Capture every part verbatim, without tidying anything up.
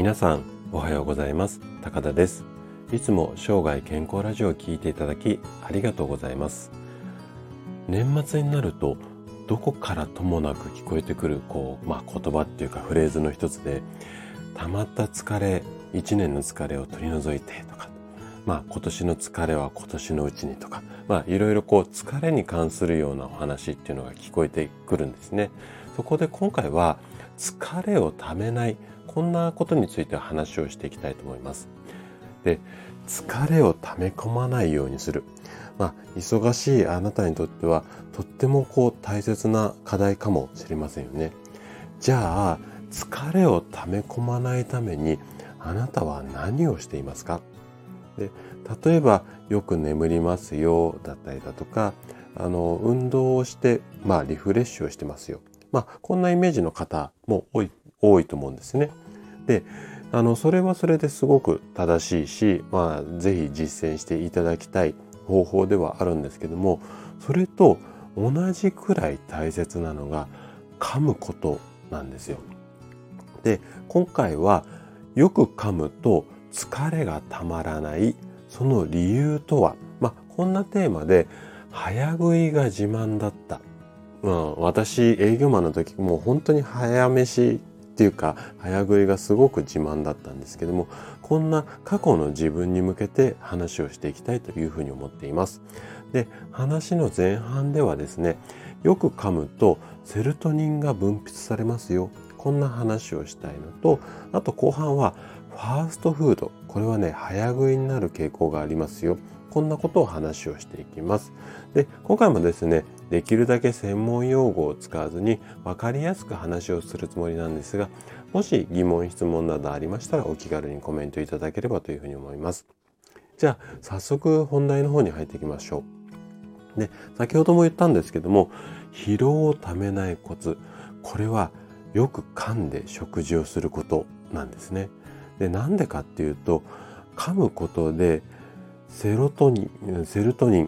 皆さんおはようございます。高田です。いつも生涯健康ラジオを聞いていただきありがとうございます。年末になるとどこからともなく聞こえてくるこう、まあ、言葉っていうかフレーズの一つで、溜まった疲れ、一年の疲れを取り除いてとか、まあ、今年の疲れは今年のうちにとか、まあ、いろいろこう疲れに関するようなお話っていうのが聞こえてくるんですね。そこで今回は疲れをためない、こんなことについて話をしていきたいと思います。で、疲れを溜め込まないようにする。まあ、忙しいあなたにとってはとってもこう大切な課題かもしれませんよね。じゃあ、疲れを溜め込まないためにあなたは何をしていますか？で、例えばよく眠りますよだったりだとか、あの運動をして、まあ、リフレッシュをしてますよ。まあ、こんなイメージの方も多い多いと思うんですね。で、あのそれはそれですごく正しいし、まあ、ぜひ実践していただきたい方法ではあるんですけども、それと同じくらい大切なのが噛むことなんですよ。で、今回はよく噛むと疲れがたまらない、その理由とは、まあ、こんなテーマで、早食いが自慢だった。まあ、私営業マンの時もう本当に早飯っていうか早食いがすごく自慢だったんですけども、こんな過去の自分に向けて話をしていきたいというふうに思っています。で、話の前半ではですね、よく噛むとセロトニンが分泌されますよ、こんな話をしたいのと、あと後半はファーストフード、これはね早食いになる傾向がありますよ、こんなことを話をしていきます。で、今回もですね、できるだけ専門用語を使わずに分かりやすく話をするつもりなんですが、もし疑問質問などありましたらお気軽にコメントいただければというふうに思います。じゃあ早速本題の方に入っていきましょう。で、先ほども言ったんですけども、疲労をためないコツ、これはよく噛んで食事をすることなんですね。で、なんでかっていうと、噛むことでセロトニン、セロトニン、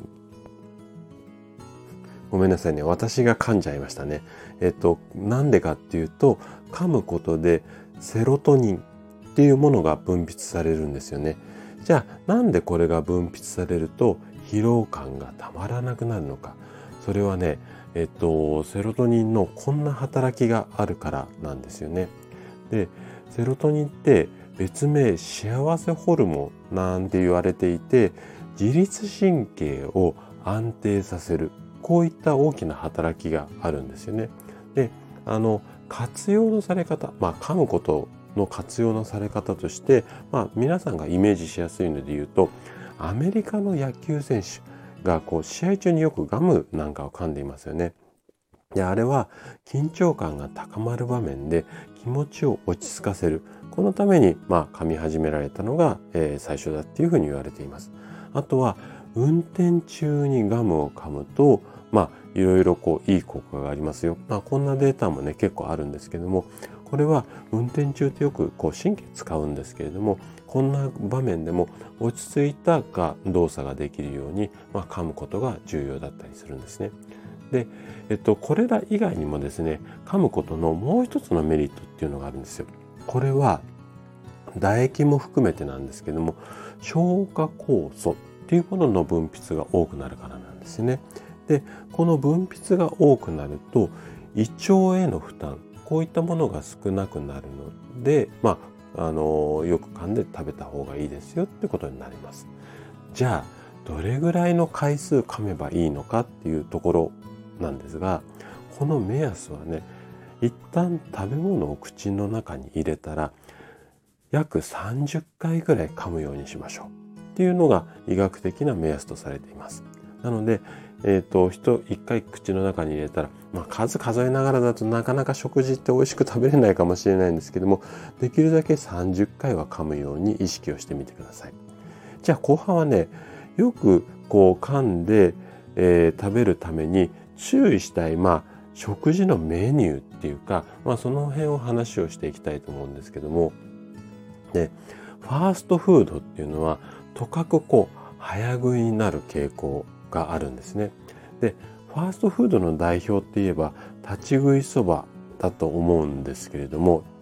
ごめんなさいね。私が噛んじゃいましたね。えっと、なんでかっていうと、噛むことでセロトニンっていうものが分泌されるんですよね。じゃあ、なんでこれが分泌されると疲労感がたまらなくなるのか。それはね、えっと、セロトニンのこんな働きがあるからなんですよね。で、セロトニンって別名幸せホルモンなんて言われていて、自律神経を安定させる、こういった大きな働きがあるんですよね。で、あの活用のされ方、まあ噛むことの活用のされ方として、まあ皆さんがイメージしやすいので言うと、アメリカの野球選手がこう試合中によくガムなんかを噛んでいますよね。で、あれは緊張感が高まる場面で気持ちを落ち着かせる、このためにまあ噛み始められたのが、えー最初だっていうふうに言われています。あとは運転中にガムを噛むと、まあいろいろこういい効果がありますよ。まあこんなデータもね結構あるんですけども、これは運転中ってよくこう神経使うんですけれども、こんな場面でも落ち着いたが動作ができるように、まあ、噛むことが重要だったりするんですね。で、えっと、これら以外にもですね、噛むことのもう一つのメリットっていうのがあるんですよ。これは唾液も含めてなんですけども、消化酵素っていうものの分泌が多くなるからなんですね。で、この分泌が多くなると胃腸への負担、こういったものが少なくなるので、まあ、あのよく噛んで食べた方がいいですよってことになります。じゃあどれぐらいの回数噛めばいいのかっていうところなんですが、この目安はね、一旦食べ物を口の中に入れたら約さんじゅっかいぐらい噛むようにしましょうっていうのが医学的な目安とされています。なので、えっと、人一回口の中に入れたら、まあ、数数えながらだとなかなか食事って美味しく食べれないかもしれないんですけども、できるだけさんじゅっかいは噛むように意識をしてみてください。じゃあ後半はね、よくこう噛んで、えー食べるために注意したい、まあ、食事のメニューっていうか、まあ、その辺を話をしていきたいと思うんですけども、で、ファーストフードっていうのはとかくこう早食いになる傾向があるんですね。で、ファーストフードの代表って言えば立ち食いそばだと思うんですけれども、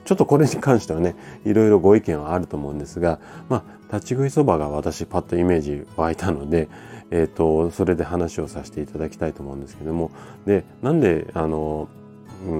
ちょっとこれに関してはね、いろいろご意見はあると思うんですが、まあ、立ち食いそばが私パッとイメージ湧いたので、えっと、それで話をさせていただきたいと思うんですけども、で、なんで、あの、うん、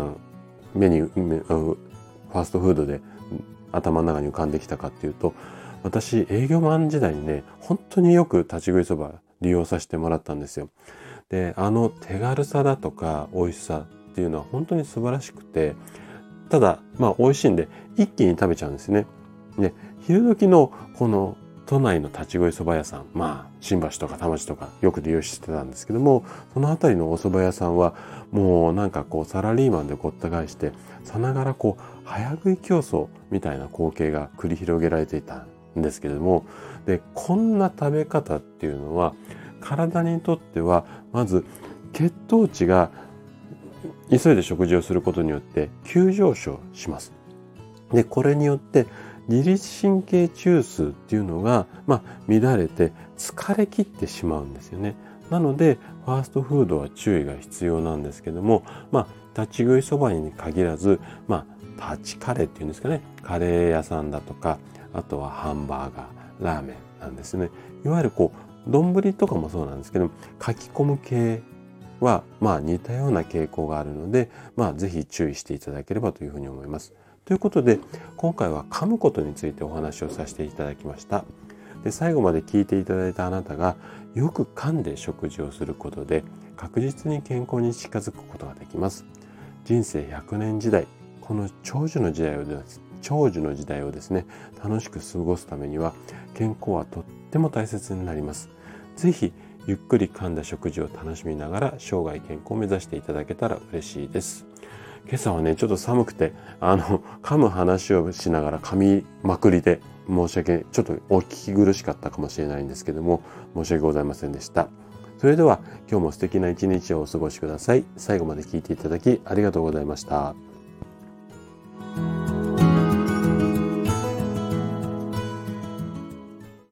メニュー、ファーストフードで頭の中に浮かんできたかっていうと、私、営業マン時代にね、本当によく立ち食いそば利用させてもらったんですよ。で、あの手軽さだとか美味しさっていうのは本当に素晴らしくて、ただ、まあ美味しいんで一気に食べちゃうんですね。で、昼時のこの都内の立ち食いそば屋さん、まあ新橋とか田町とかよく利用してたんですけども、そのあたりのお蕎麦屋さんはもうなんかこうサラリーマンでごった返して、さながらこう早食い競争みたいな光景が繰り広げられていたんですけれども、で、こんな食べ方っていうのは体にとってはまず血糖値が急いで食事をすることによって急上昇します。で、これによって自律神経中枢っていうのが、まあ、乱れて疲れ切ってしまうんですよね。なので、ファーストフードは注意が必要なんですけども、まあ、立ち食いそばに限らず、まあ、立ちカレーっていうんですかね。カレー屋さんだとか、あとはハンバーガー、ラーメンなんですね。いわゆるこう、丼とかもそうなんですけど、書き込む系は、まあ似たような傾向があるので、まあぜひ注意していただければというふうに思います。ということで、今回は噛むことについてお話をさせていただきました。で、最後まで聞いていただいたあなたが、よく噛んで食事をすることで、確実に健康に近づくことができます。人生ひゃくねん時代、この長寿の時代をです、長寿の時代をですね、楽しく過ごすためには、健康はとっても大切になります。ぜひ、ゆっくり噛んだ食事を楽しみながら生涯健康を目指していただけたら嬉しいです。今朝はね、ちょっと寒くて、あの、噛む話をしながら噛みまくりで申し訳、ちょっとお聞き苦しかったかもしれないんですけども、申し訳ございませんでした。それでは今日も素敵な一日をお過ごしください。最後まで聞いていただきありがとうございました。